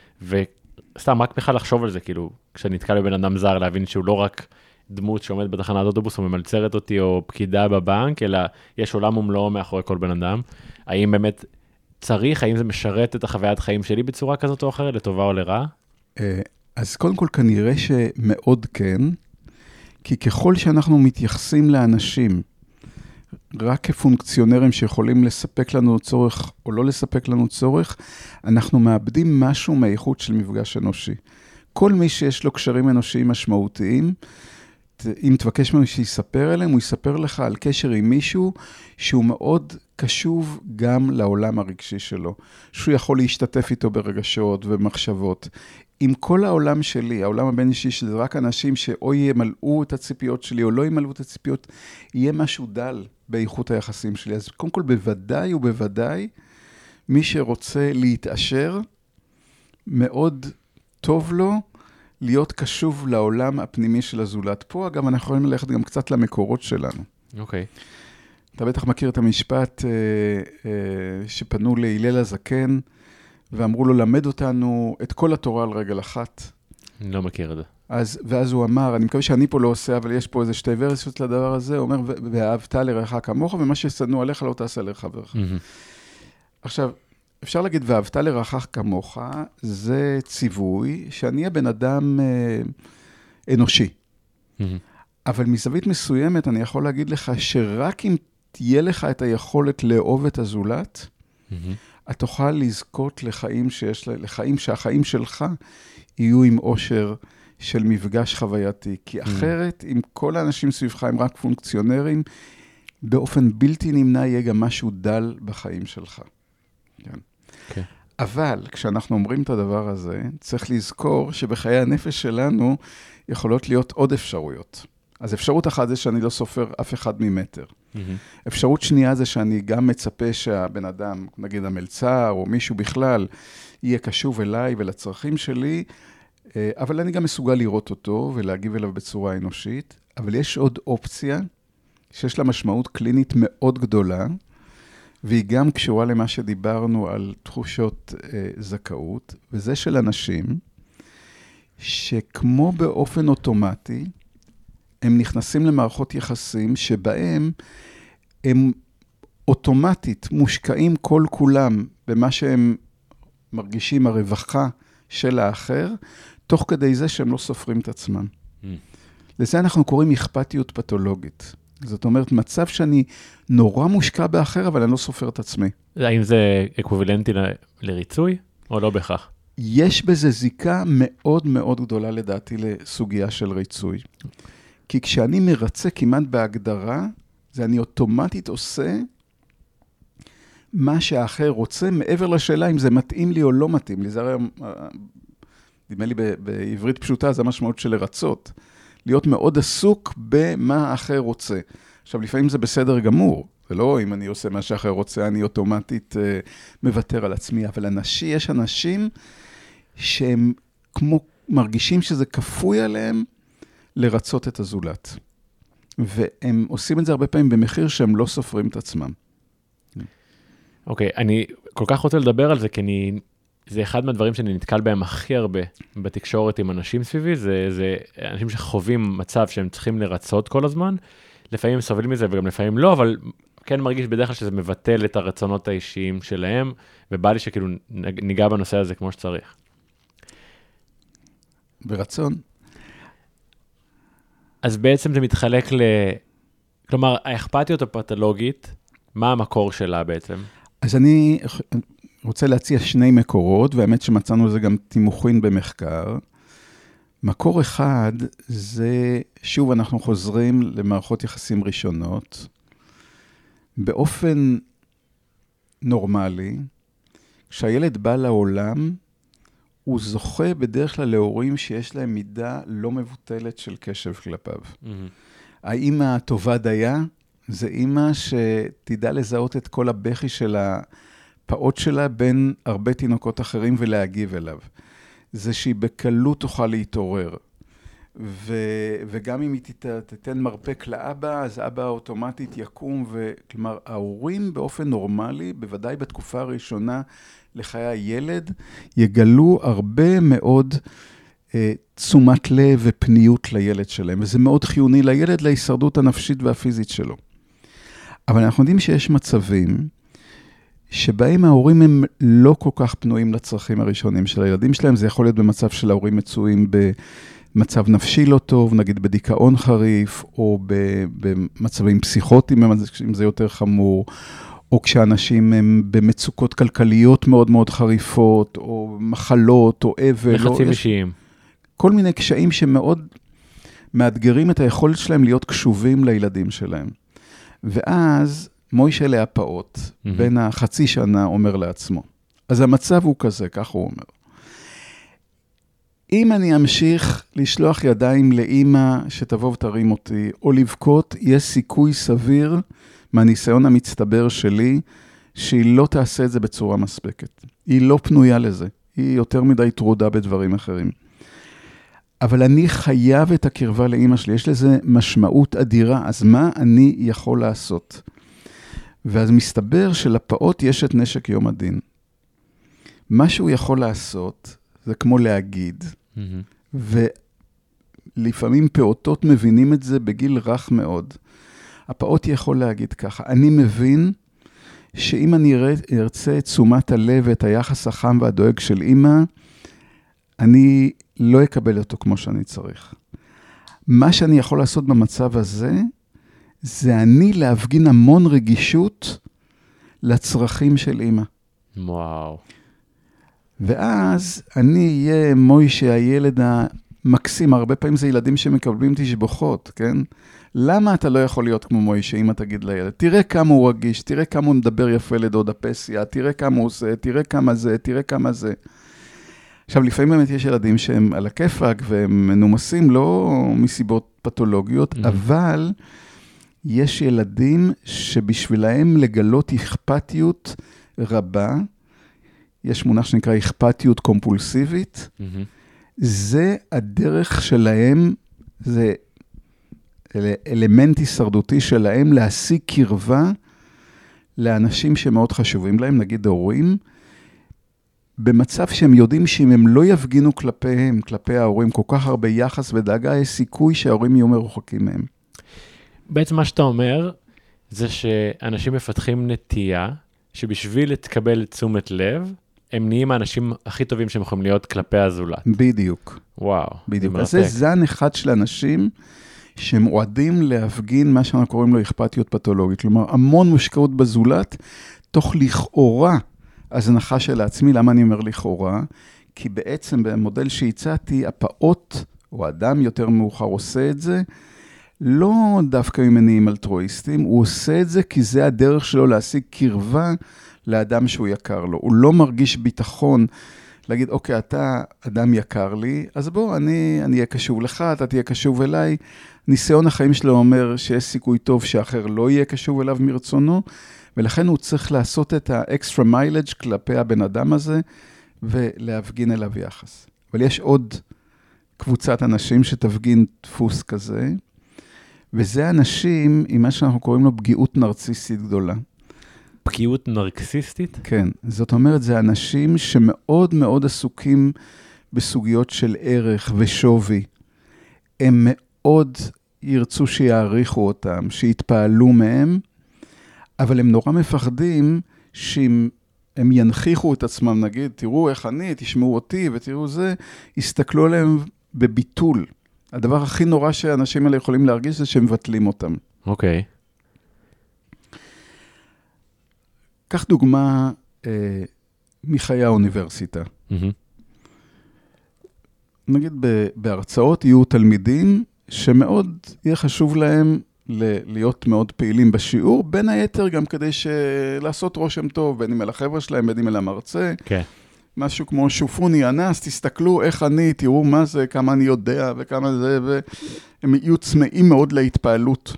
וסתם רק בכלל לחשוב על זה, כאילו, כשאני נתקל בבן אדם זר, להבין שהוא לא רק דמות שעומד בתחנת אוטובוס או ממלצרת אותי, או פקידה בבנק, אלא יש עולם ומלואו מאחורי כל בן אדם. האם באמת צריך, האם זה משרת את החוויית חיים שלי בצורה כזאת או אחרת, לטובה או לרעה? אז קודם כל כנראה שמאוד כן, כי ככל שאנחנו מתייחסים לאנשים, רק כפונקציונרים שיכולים לספק לנו צורך או לא לספק לנו צורך, אנחנו מאבדים משהו מהאיכות של מפגש אנושי. כל מי שיש לו קשרים אנושיים משמעותיים, אם תבקש ממנו שיספר אליהם, הוא יספר לך על קשר עם מישהו שהוא מאוד קשוב גם לעולם הרגשי שלו, שהוא יכול להשתתף איתו ברגשות ומחשבות. עם כל העולם שלי, העולם הבין אישי שזה רק אנשים שאו ימלאו את הציפיות שלי או לא ימלאו את הציפיות, יהיה משהו דל באיכות היחסים שלי. אז קודם כל בוודאי ובוודאי, מי שרוצה להתעשר, מאוד טוב לו להיות קשוב לעולם הפנימי של הזולת. פה, אגב, אנחנו יכולים ללכת גם קצת למקורות שלנו. אוקיי. אתה בטח מכיר את המשפט שפנו להלל הזקן, ואמרו לו, למד אותנו את כל התורה על רגל אחת. אני לא מכיר את זה. ואז הוא אמר, אני מקווה שאני פה לא עושה, אבל יש פה איזה שתי ורסיות לדבר הזה, הוא אומר, ואהבת לרעך כמוך, ומה ששנוא עליך לא תעשה לחברך. עכשיו, אפשר להגיד, ואהבת לרעך כמוך, זה ציווי שאני אהיה בן אדם אנושי. אבל מזווית מסוימת, אני יכול להגיד לך, שרק אם תהיה לך את היכולת לאהוב את הזולת, אתה תוכל לזכות לחיים שהחיים שלך יהיו עם אושר של מפגש חווייתי. כי אחרת, אם כל האנשים סביבך הם רק פונקציונרים, באופן בלתי נמנע יהיה גם משהו דל בחיים שלך. כן. Okay. אבל כשאנחנו אומרים את הדבר הזה, צריך לזכור שבחיי הנפש שלנו יכולות להיות עוד אפשרויות. אז אפשרות אחת זה שאני לא סופר אף אחד ממטר. אפשרות שנייה זה שאני גם מצפה שהבן אדם, נגיד המלצר או מישהו בכלל, יהיה קשוב אליי ולצרכים שלי, אבל אני גם מסוגל לראות אותו ולהגיב אליו בצורה אנושית. אבל יש עוד אופציה שיש לה משמעות קלינית מאוד גדולה, והיא גם קשורה למה שדיברנו על תחושות זכאות, וזה של אנשים שכמו באופן אוטומטי, הם נכנסים למערכות יחסים שבהם הם אוטומטית מושקעים כל כולם במה שהם מרגישים הרווחה של האחר, תוך כדי זה שהם לא סופרים את עצמם. לזה אנחנו קוראים אכפתיות פתולוגית. זאת אומרת, מצב שאני נורא מושקע באחר, אבל אני לא סופר את עצמי. האם זה אקוויוולנטי לריצוי, או לא בכך? יש בזה זיקה מאוד מאוד גדולה לדעתי לסוגיה של ריצוי. כי כשאני מרצה כמעט בהגדרה, זה אני אוטומטית עושה מה שהאחר רוצה, מעבר לשאלה אם זה מתאים לי או לא מתאים לי. זה הרי, נדמה לי בעברית פשוטה, זה המשמעות של לרצות. להיות מאוד עסוק במה האחר רוצה. עכשיו, לפעמים זה בסדר גמור. זה לא אם אני עושה מה שהאחר רוצה, אני אוטומטית מוותר על עצמי. אבל יש אנשים שהם כמו מרגישים שזה כפוי עליהם לרצות את הזולת. והם עושים את זה הרבה פעמים במחיר שהם לא סופרים את עצמם. אוקיי, אני כל כך רוצה לדבר על זה, כי זה אחד מהדברים שאני נתקל בהם הכי הרבה בתקשורת עם אנשים סביבי, זה אנשים שחווים מצב שהם צריכים לרצות כל הזמן, לפעמים הם סובלים מזה וגם לפעמים לא, אבל כן מרגיש בדרך כלל שזה מבטל את הרצונות האישיים שלהם, ובא לי שכאילו ניגע בנושא הזה כמו שצריך. ברצון. אז בעצם זה מתחלק כלומר, האכפתיות הפתולוגית, מה המקור שלה בעצם? אז אני רוצה להציע שני מקורות, והאמת שמצאנו לזה גם תימוכין במחקר. מקור אחד זה, שוב אנחנו חוזרים למערכות יחסים ראשונות, באופן נורמלי, כשהילד בא לעולם, הוא זוכה בדרך כלל להורים שיש להם מידה לא מבוטלת של קשב כלפיו. האמא הטובה דייה, זה אמא שתדע לזהות את כל הבכי של הפעות שלה בין הרבה תינוקות אחרים ולהגיב אליו. זה שהיא בקלות תוכל להתעורר. וגם אם היא תיתן מרפק לאבא, אז אבא אוטומטית יקום. כלומר, ההורים באופן נורמלי, בוודאי בתקופה הראשונה לחיי הילד, יגלו הרבה מאוד תשומת לב ופניות לילד שלהם. וזה מאוד חיוני לילד, להישרדות הנפשית והפיזית שלו. אבל אנחנו יודעים שיש מצבים שבהם ההורים הם לא כל כך פנויים לצרכים הראשונים של הילדים שלהם. זה יכול להיות במצב של ההורים מצויים במצב נפשי לא טוב, נגיד בדיכאון חריף, או במצבים פסיכוטיים, אם זה יותר חמור, או כשאנשים הם במצוקות כלכליות מאוד מאוד חריפות, או מחלות, או אבל. לחצים אישיים. כל מיני קשיים שמאוד מאתגרים את היכולת שלהם להיות קשובים לילדים שלהם. ואז מוישה להפעות, בין החצי שנה אומר לעצמו. אז המצב הוא כזה, כך הוא אומר. אם אני אמשיך לשלוח ידיים לאמא שתבוא ותרים אותי, או לבכות, יש סיכוי סביר מהניסיון המצטבר שלי, שהיא לא תעשה את זה בצורה מספקת. היא לא פנויה לזה. היא יותר מדי טרודה בדברים אחרים. אבל אני חייב את הקרבה לאמא שלי. יש לזה משמעות אדירה. אז מה אני יכול לעשות? ואז מסתבר שלפעות יש את נשק יום הדין. מה שהוא יכול לעשות, זה כמו להגיד, ולפעמים פעוטות מבינים את זה בגיל רך מאוד. הפעות יכול להגיד ככה, אני מבין שאם אני ארצה את תשומת הלב ואת היחס החם והדואג של אמא, אני לא אקבל אותו כמו שאני צריך. מה שאני יכול לעשות במצב הזה, זה אני להפגין המון רגישות לצרכים של אמא. וואו. ואז אני אהיה מוישה, הילד המקסים, הרבה פעמים זה ילדים שמקבלים תשבוכות, כן? למה אתה לא יכול להיות כמו מוישה, אם אתה תגיד לילד? תראה כמה הוא רגיש, תראה כמה הוא מדבר יפה לדוד הפסיה, תראה כמה הוא עושה, תראה כמה זה, תראה כמה זה. עכשיו, לפעמים באמת יש ילדים שהם על הכיפק, והם מנומסים לא מסיבות פתולוגיות, אבל יש ילדים שבשבילהם לגלות אכפתיות רבה, יש מונח שנקרא אכפתיות קומפולסיבית, זה הדרך שלהם, זה אלמנט הישרדותי שלהם להשיג קרבה לאנשים שמאוד חשובים להם, נגיד ההורים, במצב שהם יודעים שאם הם לא יפגינו כלפיהם, כלפי ההורים, כל כך הרבה יחס ודאגה, יש סיכוי שההורים יהיו מרוחקים מהם. בעצם מה שאתה אומר, זה שאנשים מפתחים נטייה, שבשביל לקבל תשומת לב, הם נהיים האנשים הכי טובים שהם יכולים להיות כלפי הזולת. בדיוק. וואו. בדיוק. אז זה זן אחד של אנשים שמועדים להפגין מה שאנחנו קוראים לו אכפתיות פתולוגית. כלומר, המון מושקעות בזולת, תוך לכאורה הזנחה של עצמי. למה אני אומר לכאורה? כי בעצם במודל שהצעתי, הפעוט או האדם יותר מאוחר עושה את זה, לא דווקא ממניעים אלטרואיסטים, הוא עושה את זה כי זה הדרך שלו להשיג קרבה לאדם שהוא יקר לו. הוא לא מרגיש ביטחון להגיד, אוקיי, אתה אדם יקר לי, אז בוא, אני אהיה קשוב לך, אתה תהיה קשוב אליי. ניסיון החיים שלו אומר שיש סיכוי טוב שאחר לא יהיה קשוב אליו מרצונו, ולכן הוא צריך לעשות את האקסטרה מיילג' כלפי הבן אדם הזה, ולהפגין אליו יחס. אבל יש עוד קבוצת אנשים שתפגין דפוס כזה, וזה אנשים עם מה שאנחנו קוראים לו פגיעות נרציסטית גדולה. פגיעות נרקסיסטית? כן, זאת אומרת, זה אנשים שמאוד מאוד עסוקים בסוגיות של ערך ושווי. הם מאוד ירצו שיעריכו אותם, שיתפעלו מהם, אבל הם נורא מפחדים שאם הם ינכיחו את עצמם, נגיד, תראו איך אני, תשמעו אותי ותראו זה, יסתכלו עליהם בביטול. הדבר הכי נורא שאנשים האלה יכולים להרגיש זה שהם מבטלים אותם. אוקיי. קח דוגמה מחיי האוניברסיטה. נגיד בהרצאות יהיו תלמידים שמאוד יהיה חשוב להם להיות מאוד פעילים בשיעור, בין היתר גם כדי לעשות רושם טוב, בין אם אל החבר'ה שלהם, בין אם אל המרצה. כן. משהו כמו שופוני אנס, תסתכלו איך אני, תראו מה זה, כמה אני יודע וכמה זה, והם יהיו צמאים מאוד להתפעלות.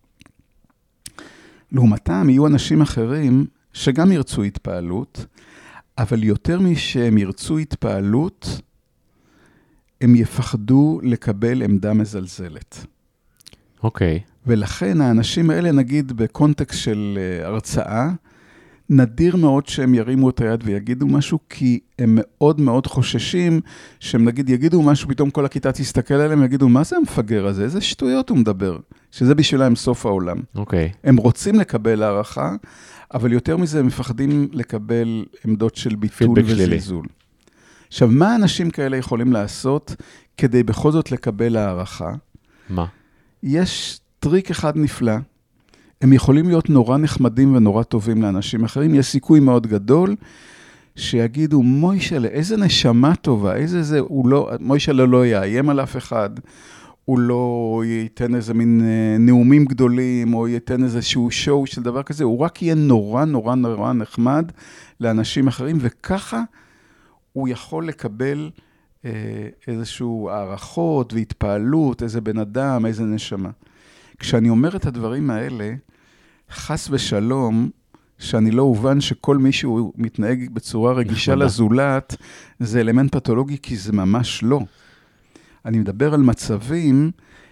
לעומתם יהיו אנשים אחרים שגם ירצו התפעלות, אבל יותר משהם ירצו התפעלות, הם יפחדו לקבל עמדה מזלזלת. אוקיי. ולכן האנשים האלה, נגיד בקונטקסט של הרצאה, נדיר מאוד שהם ירימו את היד ויגידו משהו, כי הם מאוד מאוד חוששים שהם נגיד יגידו משהו, פתאום כל הכיתה תסתכל עליהם ויגידו, מה זה המפגר הזה? איזה שטויות הוא מדבר? שזה בשבילם סוף העולם. אוקיי. הם רוצים לקבל הערכה, אבל יותר מזה הם מפחדים לקבל עמדות של ביטול וזלזול. עכשיו, מה אנשים כאלה יכולים לעשות כדי בכל זאת לקבל הערכה? מה? יש טריק אחד נפלא. הם יכולים להיות נורא נחמדים ונורא טובים לאנשים אחרים. יש סיכוי מאוד גדול שיגידו, מוישלה, איזה נשמה טובה, איזה זה, מוישלה לא יאיים על אף אחד, הוא לא ייתן איזה מין נאומים גדולים, או ייתן איזשהו שואו של דבר כזה, הוא רק יהיה נורא נורא נורא נחמד לאנשים אחרים, וככה הוא יכול לקבל איזשהו הערכות והתפעלות, איזה בן אדם, איזה נשמה. כשאני אומר את הדברים האלה, חס ושלום, שאני לא הובן שכל מישהו מתנהג בצורה רגישה לזולת, זה אלמנט פתולוגי, כי זה ממש לא. אני מדבר על מצבים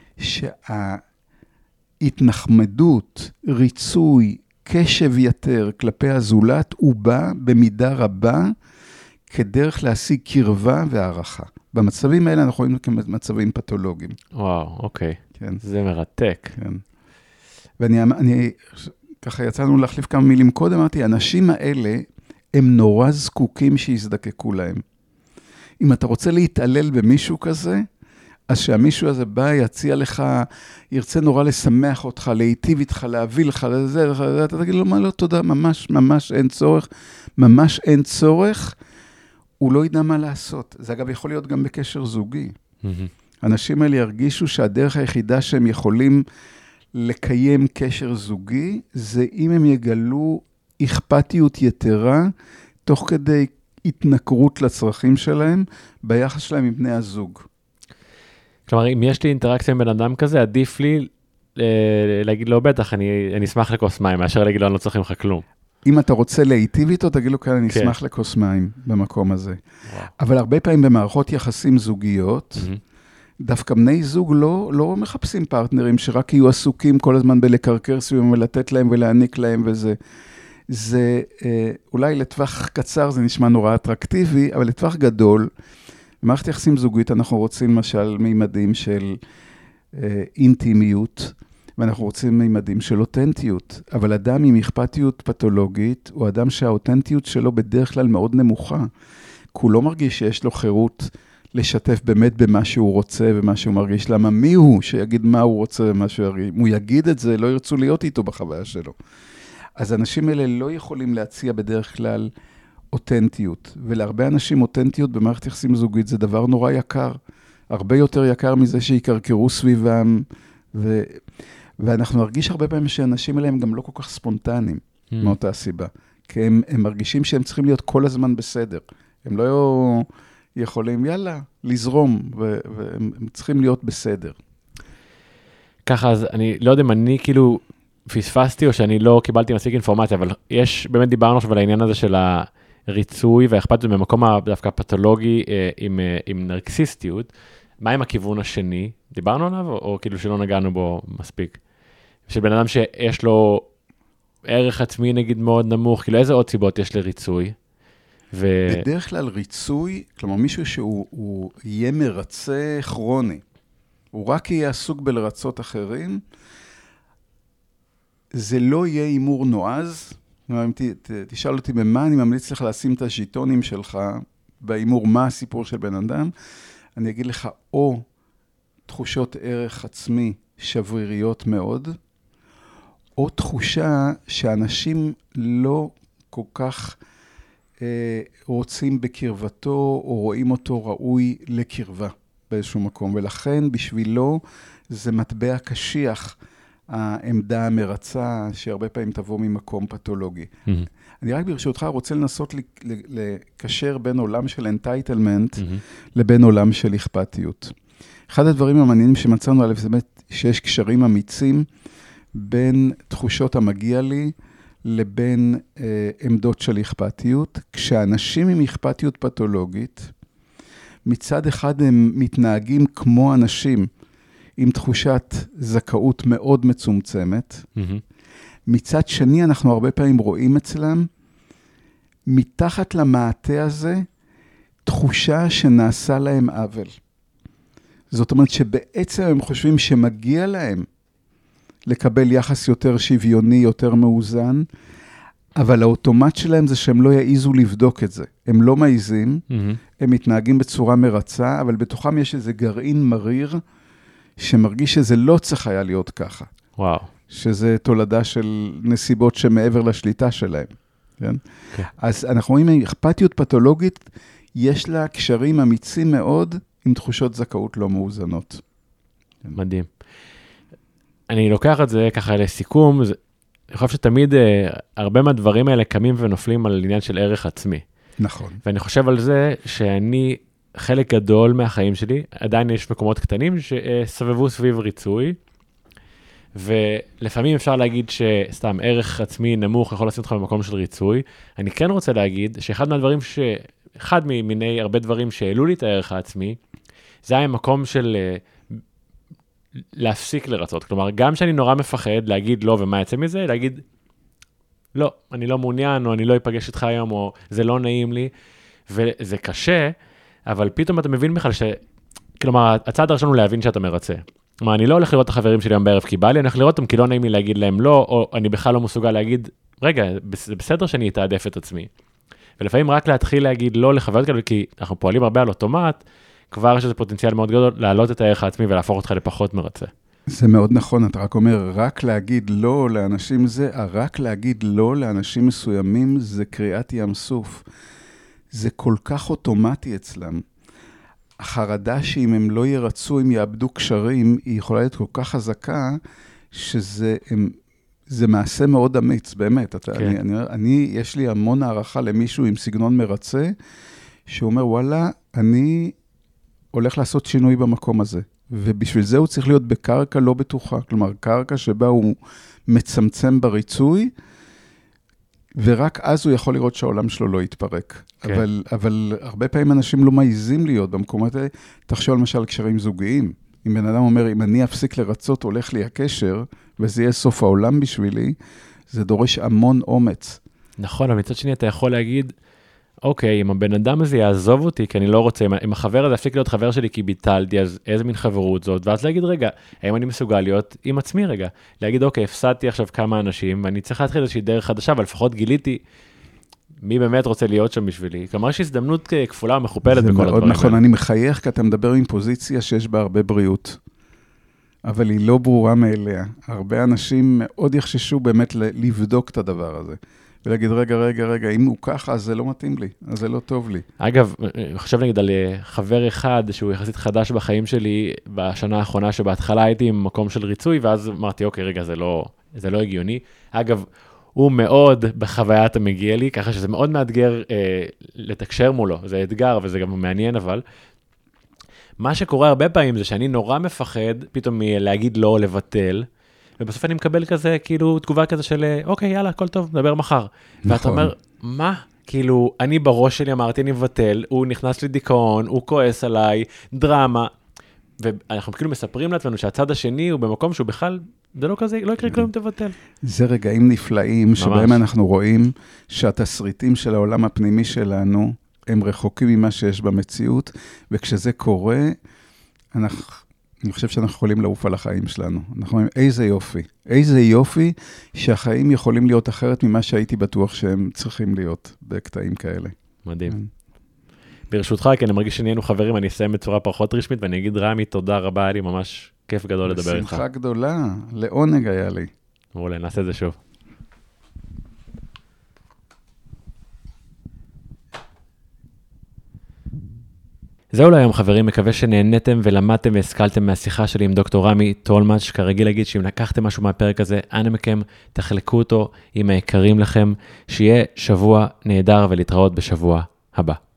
שההתנחמדות, ריצוי, קשב יתר כלפי הזולת, הוא בא במידה רבה כדרך להשיג קרבה והערכה. במצבים האלה אנחנו רואים כמצבים פתולוגיים. וואו, אוקיי. כן. זה מרתק. כן. ואני ככה יצאנו להחליף כמה מילים קודם, אמרתי, האנשים האלה הם נורא זקוקים שיזדקקו להם. אם אתה רוצה להתעלל במישהו כזה, אז שהמישהו הזה בא, יציע לך, ירצה נורא לשמח אותך, להיטיב איתך, להביא לך, לזה, אתה תגיד לו, מה לא, תודה, ממש אין צורך, ממש אין צורך, הוא לא ידע מה לעשות. זה אגב יכול להיות גם בקשר זוגי. אנשים האלה ירגישו שהדרך היחידה שהם יכולים לקיים קשר זוגי, זה אם הם יגלו אכפתיות יתרה, תוך כדי התנכרות לצרכים שלהם, ביחס שלהם עם בני הזוג. כלומר, אם יש לי אינטראקציה עם בן אדם כזה, עדיף לי להגיד לו, בטח, אני אשמח לכוס מים, מאשר להגיד לו, אני לא צריך ממך כלום. אם אתה רוצה להיטיב איתו, תגיד לו כאן, אני אשמח לכוס מים במקום הזה. אבל הרבה פעמים במערכות יחסים זוגיות, דווקא בני זוג לא מחפשים פרטנרים שרק יהיו עסוקים כל הזמן בלקרקר סביבם ולתת להם ולהעניק להם וזה. זה אולי לטווח קצר זה נשמע נורא אטרקטיבי, אבל לטווח גדול, במערכת יחסים זוגית אנחנו רוצים למשל מימדים של אינטימיות, ואנחנו רוצים מימדים של אותנטיות, אבל אדם עם אכפתיות פתולוגית, הוא אדם שהאותנטיות שלו בדרך כלל מאוד נמוכה, כי הוא לא מרגיש שיש לו חירות לשתף באמת במה שהוא רוצה ומה שהוא מרגיש. למה מי הוא שיגיד מה הוא רוצה ומה שהוא ירגיש? אם הוא יגיד את זה, לא ירצו להיות איתו בחוויה שלו. אז אנשים האלה לא יכולים להציע בדרך כלל אותנטיות, ולהרבה אנשים אותנטיות במערכת יחסים זוגית זה דבר נורא יקר, הרבה יותר יקר מזה שיקרקרו סביבם, ואנחנו נרגיש הרבה פעמים שאנשים האלה הם גם לא כל כך ספונטניים מאותה הסיבה, כי הם מרגישים שהם צריכים להיות כל הזמן בסדר, הם לא יכולים, יאללה, לזרום, והם צריכים להיות בסדר. ככה, אז אני לא יודע אם אני כאילו פספסתי, או שאני לא קיבלתי מספיק אינפורמציה, אבל באמת דיברנו עכשיו על העניין הזה של הריצוי, והאכפתיות במקום דווקא פתולוגי עם נרקסיסטיות. מה עם הכיוון השני? דיברנו עליו, או כאילו שלא נגענו בו מספיק? של בן אדם שיש לו ערך עצמי נגיד מאוד נמוך, כאילו איזה עוד סיבות יש לריצוי? בדרך כלל ריצוי, כלומר מישהו שהוא יהיה מרצה כרוני, הוא רק יהיה עסוק בלרצות אחרים, זה לא יהיה אימור נועז. אם תשאל אותי במה אני ממליץ לך לשים את הז'יטונים שלך, באימור מה הסיפור של בן אדם, אני אגיד לך או תחושות ערך עצמי שבריריות מאוד, או תחושה שאנשים לא כל כך רוצים בקרבתו, או רואים אותו ראוי לקרבה באיזשהו מקום, ולכן בשבילו זה מטבע קשיח, העמדה המרצה, שהרבה פעמים תבוא ממקום פתולוגי. אני רק ברשותך רוצה לנסות לקשר בין עולם של entitlement לבין עולם של אכפתיות. אחד הדברים המעניינים שמצאנו עליו זה באמת שיש קשרים אמיצים בין תחושות המגיע לי לבין עמדות של אכפתיות. כשאנשים עם אכפתיות פתולוגית, מצד אחד הם מתנהגים כמו אנשים עם תחושת זכאות מאוד מצומצמת. מצד שני, אנחנו הרבה פעמים רואים אצלם, מתחת למעטה הזה, תחושה שנעשה להם עוול. זאת אומרת שבעצם הם חושבים שמגיע להם לקבל יחס יותר שוויוני, יותר מאוזן, אבל האוטומט שלהם זה שהם לא יעיזו לבדוק את זה. הם לא מעיזים, הם מתנהגים בצורה מרצה, אבל בתוכם יש איזה גרעין מריר, שמרגיש שזה לא צריך היה להיות ככה. וואו. שזה תולדה של נסיבות שמעבר לשליטה שלהם. כן? Okay. אז אנחנו רואים, אכפתיות פתולוגית, יש לה קשרים אמיצים מאוד, עם תחושות זכאות לא מאוזנות. מדהים. אני לוקח את זה ככה לסיכום, אני חושב שתמיד הרבה מהדברים האלה קמים ונופלים על עניין של ערך עצמי. נכון. ואני חושב על זה שאני, חלק גדול מהחיים שלי, עדיין יש מקומות קטנים שסבבו סביב ריצוי, ולפעמים אפשר להגיד שסתם ערך עצמי נמוך יכול לשים אותך במקום של ריצוי. אני כן רוצה להגיד שאחד מהדברים אחד מיני הרבה דברים שהעלו לי את הערך העצמי, זה היה מקום של להפסיק לרצות. כלומר, גם שאני נורא מפחד להגיד לא ומה יצא מזה, להגיד לא, אני לא מעוניין, או אני לא אפגש איתך היום, או זה לא נעים לי, וזה קשה, אבל פתאום אתה מבין בכלל כלומר, הצעד הראשון הוא להבין שאתה מרצה. כלומר, אני לא הולך לראות את החברים שלי היום בערב כי בא לי, אני הולך לראות אותם כי לא נעים לי להגיד להם לא, או אני בכלל לא מסוגל להגיד, רגע, זה בסדר שאני אתעדף את עצמי. ולפעמים רק להתחיל להגיד לא לחוויות כאלה, כי אנחנו פועלים הרבה על אוטומט, כבר יש איזה פוטנציאל מאוד גדול להעלות את הערך העצמי ולהפוך אותך לפחות מרצה. זה מאוד נכון, אתה רק אומר, רק להגיד לא לאנשים רק להגיד לא לאנשים מסוימים זה קריאת ים סוף. זה כל כך אוטומטי אצלם. החרדה שאם הם לא ירצו, הם יאבדו קשרים, היא יכולה להיות כל כך חזקה, שזה מעשה מאוד אמיץ, באמת. כן. יש לי המון הערכה למישהו עם סגנון מרצה, שהוא אומר, וואלה, אני הולך לעשות שינוי במקום הזה. ובשביל זה הוא צריך להיות בקרקע לא בטוחה, כלומר, קרקע שבה הוא מצמצם בריצוי, ורק אז הוא יכול לראות שהעולם שלו לא יתפרק. כן. אבל הרבה פעמים אנשים לא מעיזים להיות במקומות האלה. תחשוב למשל קשרים זוגיים. אם בן אדם אומר, אם אני אפסיק לרצות, הולך לי הקשר, וזה יהיה סוף העולם בשבילי, זה דורש המון אומץ. נכון, אבל מצד שני אתה יכול להגיד, אוקיי, אם הבן אדם הזה יעזוב אותי, כי אני לא רוצה, אם החבר הזה יפסיק להיות חבר שלי כי ביטלתי, אז איזה מין חברות זאת, ואז להגיד, רגע, האם אני מסוגל להיות עם עצמי רגע? להגיד, אוקיי, הפסדתי עכשיו כמה אנשים, ואני צריך להתחיל איזושהי דרך חדשה, אבל לפחות גיליתי מי באמת רוצה להיות שם בשבילי. כלומר, יש הזדמנות כפולה ומכופלת בכל הדברים האלה. זה מאוד נכון, אני מחייך, כי אתה מדבר עם פוזיציה שיש בה הרבה בריאות, אבל היא לא ברורה מאליה. הרבה אנשים מאוד יחששו באמת לבדוק את הדבר הזה. ולהגיד, רגע, אם הוא ככה, אז זה לא מתאים לי, אז זה לא טוב לי. אגב, חושב נגיד על חבר אחד, שהוא יחסית חדש בחיים שלי, בשנה האחרונה שבהתחלה הייתי עם מקום של ריצוי, ואז אמרתי, אוקיי, רגע, זה לא הגיוני. אגב, הוא מאוד בחוויית המגיע לי, ככה שזה מאוד מאתגר לתקשר מולו, זה אתגר, וזה גם מעניין, אבל מה שקורה הרבה פעמים זה שאני נורא מפחד, פתאום להגיד לא, לבטל, ובסוף אני מקבל כזה, כאילו, תגובה כזה של, אוקיי, יאללה, הכל טוב, נדבר מחר. נכון. ואתה אומר, מה? כאילו, אני בראש שלי אמרתי, אני מבטל, הוא נכנס לדיכאון, הוא כועס עליי, דרמה, ואנחנו כאילו מספרים לעצמנו שהצד השני הוא במקום שהוא בכלל, זה לא כזה, לא יקרה כלום אם תבטל. זה רגעים נפלאים, שבהם אנחנו רואים שהתסריטים של העולם הפנימי שלנו, הם רחוקים ממה שיש במציאות, וכשזה קורה, אני חושב שאנחנו יכולים לעוף על החיים שלנו. אנחנו אומרים, איזה יופי שהחיים יכולים להיות אחרת ממה שהייתי בטוח שהם צריכים להיות בקטעים כאלה. מדהים. ברשותך, כי אני מרגיש שנהיינו חברים, אני אסיים בצורה פחות רשמית, ואני אגיד, רמי, תודה רבה, היה לי ממש כיף גדול לדבר איתך. בשמחה גדולה, לעונג היה לי. מעולה, נעשה את זה שוב. זהו להיום חברים, מקווה שנהנתם ולמדתם והשכלתם מהשיחה שלי עם דוקטור רמי טולמץ'. כרגיל להגיד שאם לקחתם משהו מהפרק הזה, אנא מכם תחלקו אותו עם היקרים לכם, שיהיה שבוע נהדר ולהתראות בשבוע הבא.